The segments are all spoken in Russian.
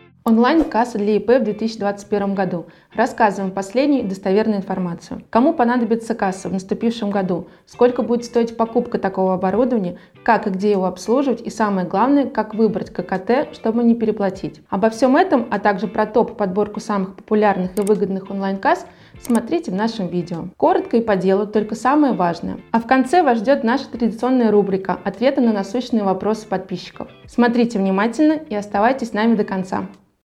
Онлайн-касса для ИП в 2021 году. Рассказываем последнюю достоверную информацию. Кому понадобится касса в наступившем году, сколько будет стоить покупка такого оборудования, как и где его обслуживать и самое главное, как выбрать ККТ, чтобы не переплатить. Обо всем этом, а также про топ-подборку самых популярных и выгодных онлайн-касс смотрите в нашем видео. Коротко и по делу, только самое важное. А в конце вас ждет наша традиционная рубрика «Ответы на насущные вопросы подписчиков». Смотрите внимательно и оставайтесь с нами до конца.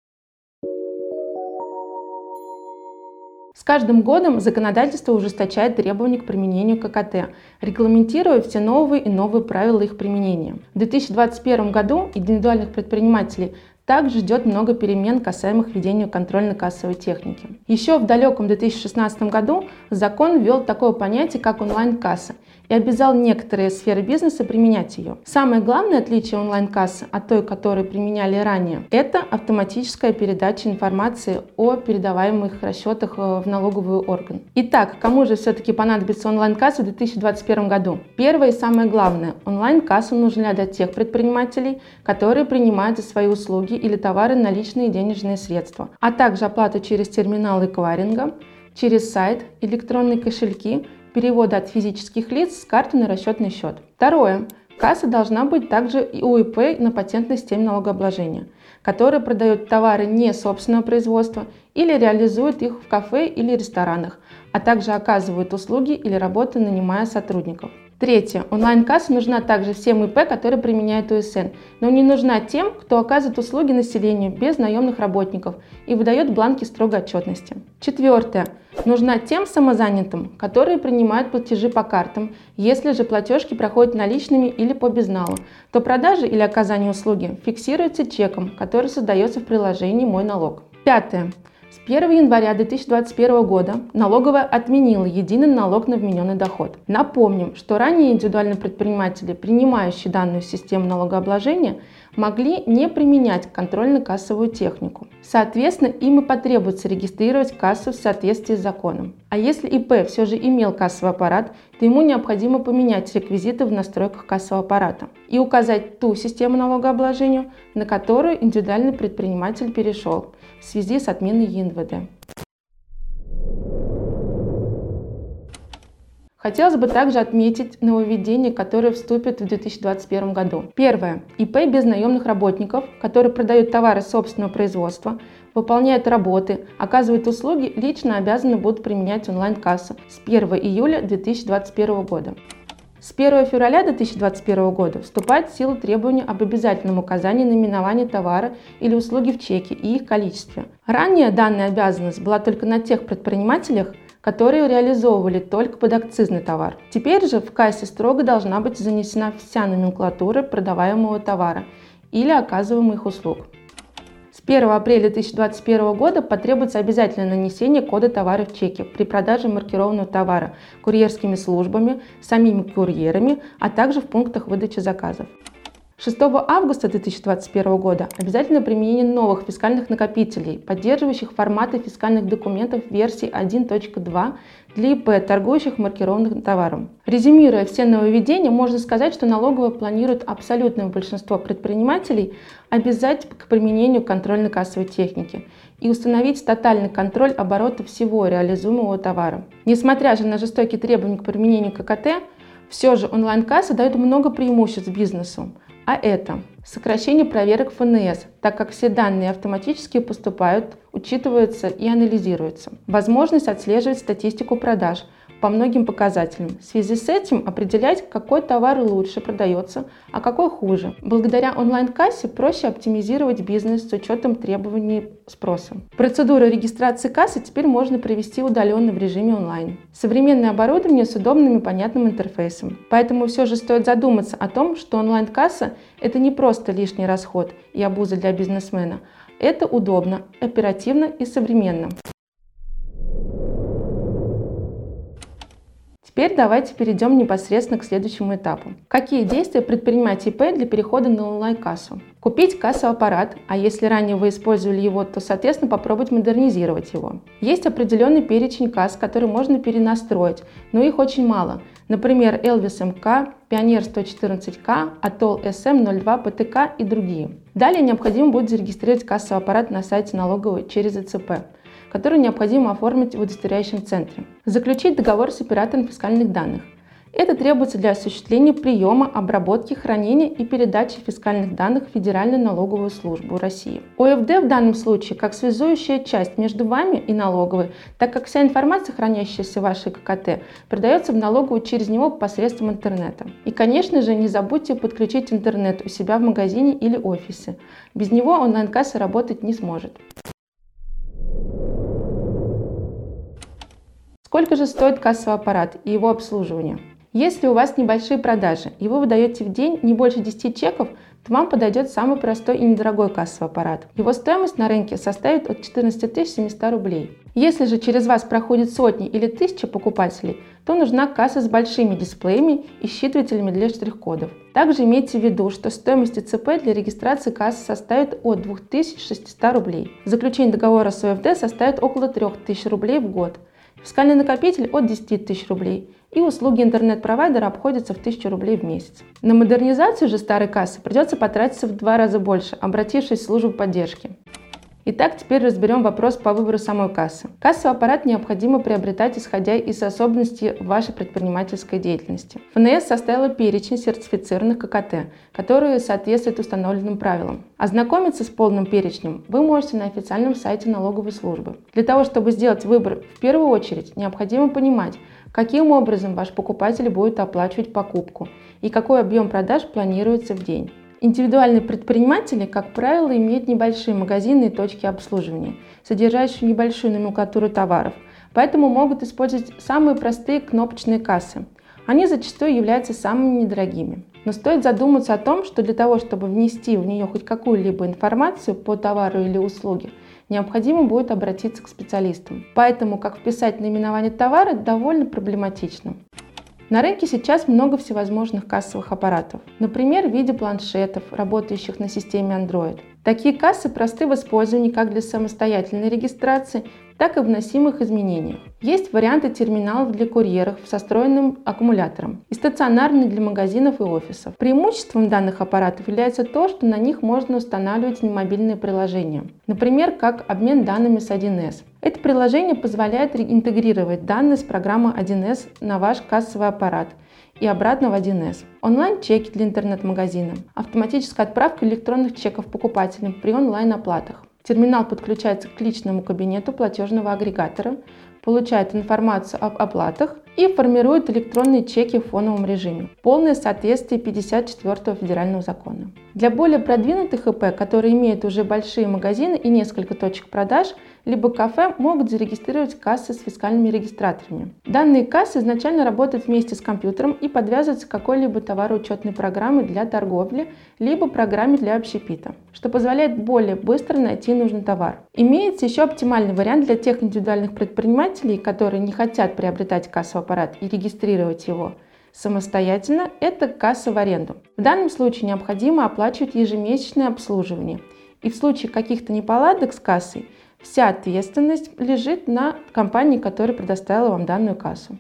С каждым годом законодательство ужесточает требования к применению ККТ, регламентируя все новые и новые правила их применения. В 2021 году индивидуальных предпринимателей также ждет много перемен, касаемых ведения контрольно-кассовой техники. Еще в далеком 2016 году закон ввел такое понятие, как онлайн-касса, и обязал некоторые сферы бизнеса применять ее. Самое главное отличие онлайн-кассы от той, которую применяли ранее, это автоматическая передача информации о передаваемых расчетах в налоговый орган. Итак, кому же все-таки понадобится онлайн-касса в 2021 году? Первое и самое главное, онлайн-касса нужна для тех предпринимателей, которые принимают за свои услуги или товары наличные денежные средства, а также оплату через терминалы эквайринга, через сайт, электронные кошельки, перевода от физических лиц с карты на расчетный счет. Второе. Касса должна быть также и у ИП на патентной системе налогообложения, которые продают товары не собственного производства или реализуют их в кафе или ресторанах, а также оказывают услуги или работают, нанимая сотрудников. Третье. Онлайн-касса нужна также всем ИП, которые применяют УСН, но не нужна тем, кто оказывает услуги населению без наемных работников и выдает бланки строгой отчетности. Четвертое. Нужна тем самозанятым, которые принимают платежи по картам. Если же платежки проходят наличными или по безналу, то продажа или оказание услуги фиксируется чеком, который создается в приложении «Мой налог». Пятое. С 1 января 2021 года налоговая отменила единый налог на вмененный доход. Напомним, что ранее индивидуальные предприниматели, принимающие данную систему налогообложения, могли не применять контрольно-кассовую технику. Соответственно, им и потребуется регистрировать кассу в соответствии с законом. А если ИП все же имел кассовый аппарат, то ему необходимо поменять реквизиты в настройках кассового аппарата и указать ту систему налогообложения, на которую индивидуальный предприниматель перешел в связи с отменой ЕНВД. Хотелось бы также отметить нововведения, которые вступят в 2021 году. Первое. ИП без наемных работников, которые продают товары собственного производства, выполняют работы, оказывают услуги, лично обязаны будут применять онлайн-кассу с 1 июля 2021 года. С 1 февраля 2021 года вступает в силу требования об обязательном указании наименования товара или услуги в чеке и их количестве. Ранее данная обязанность была только на тех предпринимателях, которые реализовывали только подакцизный товар. Теперь же в кассе строго должна быть занесена вся номенклатура продаваемого товара или оказываемых услуг. С 1 апреля 2021 года потребуется обязательное нанесение кода товара в чеке при продаже маркированного товара курьерскими службами, самими курьерами, а также в пунктах выдачи заказов. 6 августа 2021 года обязательно применение новых фискальных накопителей, поддерживающих форматы фискальных документов версии 1.2 для ИП, торгующих маркированным товаром. Резюмируя все нововведения, можно сказать, что налоговая планирует абсолютное большинство предпринимателей обязать к применению контрольно-кассовой техники и установить тотальный контроль оборота всего реализуемого товара. Несмотря же на жестокие требования к применению ККТ, все же онлайн-касса дает много преимуществ бизнесу. А это сокращение проверок ФНС, так как все данные автоматически поступают, учитываются и анализируются. Возможность отслеживать статистику продаж по многим показателям. В связи с этим определять, какой товар лучше продается, а какой хуже. Благодаря онлайн-кассе проще оптимизировать бизнес с учетом требований спроса. Процедуру регистрации кассы теперь можно провести удаленно в режиме онлайн. Современное оборудование с удобным и понятным интерфейсом. Поэтому все же стоит задуматься о том, что онлайн-касса – это не просто лишний расход и обуза для бизнесмена. Это удобно, оперативно и современно. Теперь давайте перейдем непосредственно к следующему этапу. Какие действия предпринимать ИП для перехода на онлайн-кассу? Купить кассовый аппарат, а если ранее вы использовали его, то, соответственно, попробовать модернизировать его. Есть определенный перечень касс, который можно перенастроить, но их очень мало. Например, Elvis МК, Pioneer 114К, Atoll SM02 ПТК и другие. Далее необходимо будет зарегистрировать кассовый аппарат на сайте налоговой через ИЦП, который необходимо оформить в удостоверяющем центре. Заключить договор с оператором фискальных данных. Это требуется для осуществления приема, обработки, хранения и передачи фискальных данных в Федеральную налоговую службу России. ОФД в данном случае как связующая часть между вами и налоговой, так как вся информация, хранящаяся в вашей ККТ, передается в налоговую через него посредством интернета. И, конечно же, не забудьте подключить интернет у себя в магазине или офисе. Без него онлайн-касса работать не сможет. Сколько же стоит кассовый аппарат и его обслуживание? Если у вас небольшие продажи и вы выдаете в день не больше 10 чеков, то вам подойдет самый простой и недорогой кассовый аппарат. Его стоимость на рынке составит от 14 700 рублей. Если же через вас проходит сотни или тысячи покупателей, то нужна касса с большими дисплеями и считывателями для штрих-кодов. Также имейте в виду, что стоимость ИЦП для регистрации кассы составит от 2600 рублей. Заключение договора с ОФД составит около 3000 рублей в год. Фискальный накопитель от 10 тысяч рублей и услуги интернет-провайдера обходятся в 1000 рублей в месяц. На модернизацию же старой кассы придется потратиться в 2 раза больше, обратившись в службу поддержки. Итак, теперь разберем вопрос по выбору самой кассы. Кассовый аппарат необходимо приобретать, исходя из особенностей вашей предпринимательской деятельности. ФНС составила перечень сертифицированных ККТ, которые соответствуют установленным правилам. Ознакомиться с полным перечнем вы можете на официальном сайте налоговой службы. Для того, чтобы сделать выбор, в первую очередь необходимо понимать, каким образом ваш покупатель будет оплачивать покупку и какой объем продаж планируется в день. Индивидуальные предприниматели, как правило, имеют небольшие магазины и точки обслуживания, содержащие небольшую номенклатуру товаров, поэтому могут использовать самые простые кнопочные кассы. Они зачастую являются самыми недорогими. Но стоит задуматься о том, что для того, чтобы внести в нее хоть какую-либо информацию по товару или услуге, необходимо будет обратиться к специалистам. Поэтому как вписать наименование товара довольно проблематично. На рынке сейчас много всевозможных кассовых аппаратов, например, в виде планшетов, работающих на системе Android. Такие кассы просты в использовании как для самостоятельной регистрации, так и в вносимых изменениях. Есть варианты терминалов для курьеров со встроенным аккумулятором и стационарные для магазинов и офисов. Преимуществом данных аппаратов является то, что на них можно устанавливать мобильные приложения, например, как обмен данными с 1С. Это приложение позволяет интегрировать данные с программы 1С на ваш кассовый аппарат и обратно в 1С. Онлайн-чеки для интернет-магазина, автоматическая отправка электронных чеков покупателям при онлайн-оплатах. Терминал подключается к личному кабинету платежного агрегатора, получает информацию об оплатах и формирует электронные чеки в фоновом режиме. Полное соответствие 54-го федерального закона. Для более продвинутых ИП, которые имеют уже большие магазины и несколько точек продаж, либо кафе, могут зарегистрировать кассы с фискальными регистраторами. Данные кассы изначально работают вместе с компьютером и подвязываются к какой-либо товароучетной программе для торговли, либо программе для общепита, что позволяет более быстро найти нужный товар. Имеется еще оптимальный вариант для тех индивидуальных предпринимателей, которые не хотят приобретать кассовый аппарат и регистрировать его самостоятельно, это касса в аренду. В данном случае необходимо оплачивать ежемесячное обслуживание, и в случае каких-то неполадок с кассой вся ответственность лежит на компании, которая предоставила вам данную кассу.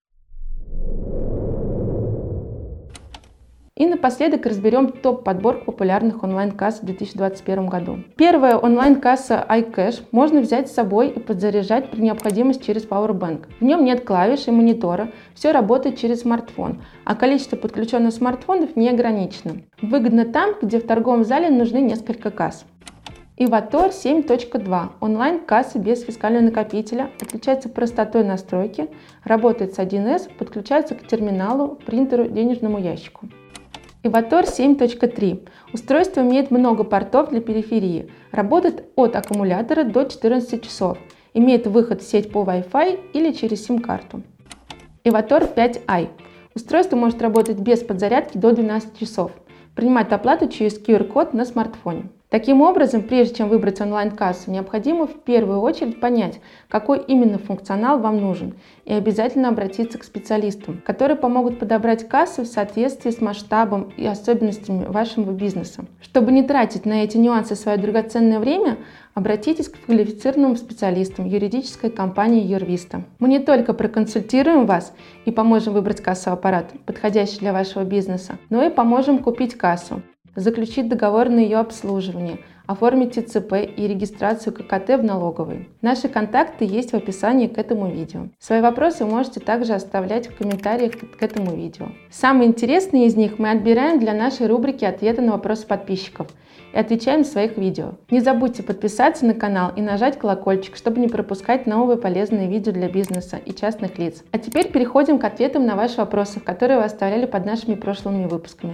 И напоследок разберем топ-подборку популярных онлайн-касс в 2021 году. Первая онлайн-касса iCash можно взять с собой и подзаряжать при необходимости через Powerbank. В нем нет клавиш и монитора, все работает через смартфон, а количество подключенных смартфонов не ограничено. Выгодно там, где в торговом зале нужны несколько касс. Ivator 7.2. Онлайн-касса без фискального накопителя, отличается простотой настройки, работает с 1С, подключается к терминалу, принтеру, денежному ящику. Ivator 7.3. Устройство имеет много портов для периферии, работает от аккумулятора до 14 часов, имеет выход в сеть по Wi-Fi или через сим-карту. Ivator 5i. Устройство может работать без подзарядки до 12 часов, принимает оплату через QR-код на смартфоне. Таким образом, прежде чем выбрать онлайн-кассу, необходимо в первую очередь понять, какой именно функционал вам нужен, и обязательно обратиться к специалистам, которые помогут подобрать кассу в соответствии с масштабом и особенностями вашего бизнеса. Чтобы не тратить на эти нюансы свое драгоценное время, обратитесь к квалифицированным специалистам юридической компании Юрвиста. Мы не только проконсультируем вас и поможем выбрать кассовый аппарат, подходящий для вашего бизнеса, но и поможем купить кассу, заключить договор на ее обслуживание, оформить ТЦП и регистрацию ККТ в налоговой. Наши контакты есть в описании к этому видео. Свои вопросы вы можете также оставлять в комментариях к этому видео. Самые интересные из них мы отбираем для нашей рубрики «Ответы на вопросы подписчиков» и отвечаем в своих видео. Не забудьте подписаться на канал и нажать колокольчик, чтобы не пропускать новые полезные видео для бизнеса и частных лиц. А теперь переходим к ответам на ваши вопросы, которые вы оставляли под нашими прошлыми выпусками.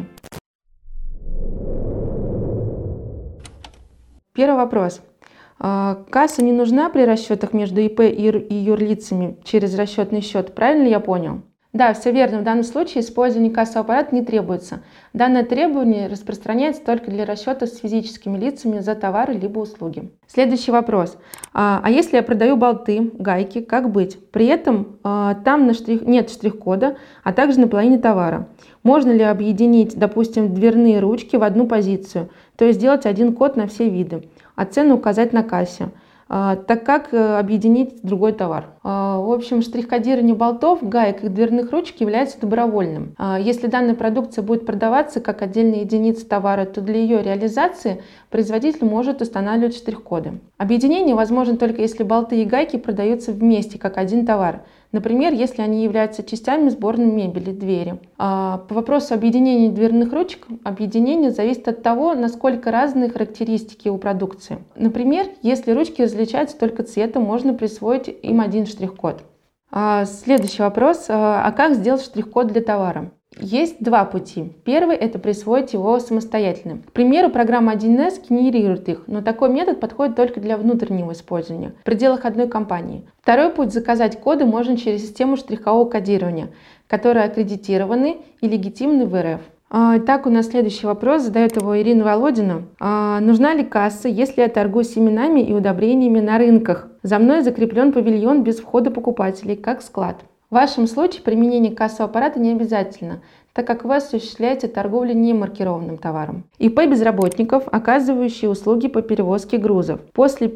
Первый вопрос. Касса не нужна при расчетах между ИП и юрлицами через расчетный счет, правильно ли я понял? Да, все верно. В данном случае использование кассового аппарата не требуется. Данное требование распространяется только для расчетов с физическими лицами за товары либо услуги. Следующий вопрос. А если я продаю болты, гайки, как быть? При этом там нет штрих-кода, а также на половине товара. Можно ли объединить, допустим, дверные ручки в одну позицию, то есть сделать один код на все виды, а цену указать на кассе? Так как объединить другой товар? В общем, штрих-кодирование болтов, гаек и дверных ручек является добровольным. Если данная продукция будет продаваться как отдельная единица товара, то для ее реализации производитель может устанавливать штрих-коды. Объединение возможно только если болты и гайки продаются вместе как один товар. Например, если они являются частями сборной мебели, двери. По вопросу объединения дверных ручек, объединение зависит от того, насколько разные характеристики у продукции. Например, если ручки различаются только цветом, можно присвоить им один штрих-код. Следующий вопрос. А как сделать штрих-код для товара? Есть два пути. Первый – это присвоить его самостоятельно. К примеру, программа 1С генерирует их, но такой метод подходит только для внутреннего использования в пределах одной компании. Второй путь – заказать коды можно через систему штрихового кодирования, которые аккредитированы и легитимны в РФ. Итак, у нас следующий вопрос, задает его Ирина Володина. Нужна ли касса, если я торгую семенами и удобрениями на рынках? За мной закреплен павильон без входа покупателей, как склад. В вашем случае применение кассового аппарата не обязательно, так как вы осуществляете торговлю немаркированным товаром. ИП безработников, оказывающие услуги по перевозке грузов, после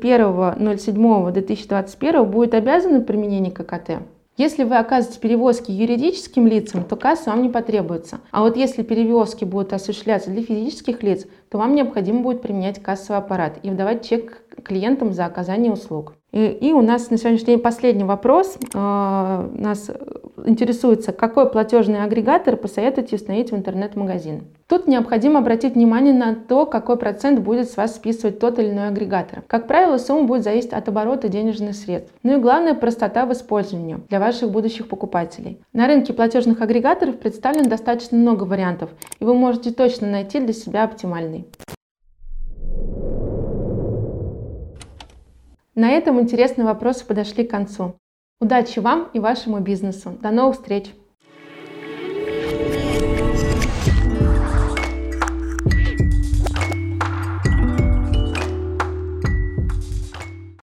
1.07.2021 будет обязаны применение ККТ. Если вы оказываете перевозки юридическим лицам, то касса вам не потребуется. А вот если перевозки будут осуществляться для физических лиц, то вам необходимо будет применять кассовый аппарат и выдавать чек клиентам за оказание услуг. И у нас на сегодняшний день последний вопрос. Нас интересуется, какой платежный агрегатор посоветуете установить в интернет-магазин. Тут необходимо обратить внимание на то, какой процент будет с вас списывать тот или иной агрегатор. Как правило, сумма будет зависеть от оборота денежных средств. Ну и главное, простота в использовании для ваших будущих покупателей. На рынке платежных агрегаторов представлено достаточно много вариантов, и вы можете точно найти для себя оптимальный. На этом интересные вопросы подошли к концу. Удачи вам и вашему бизнесу. До новых встреч!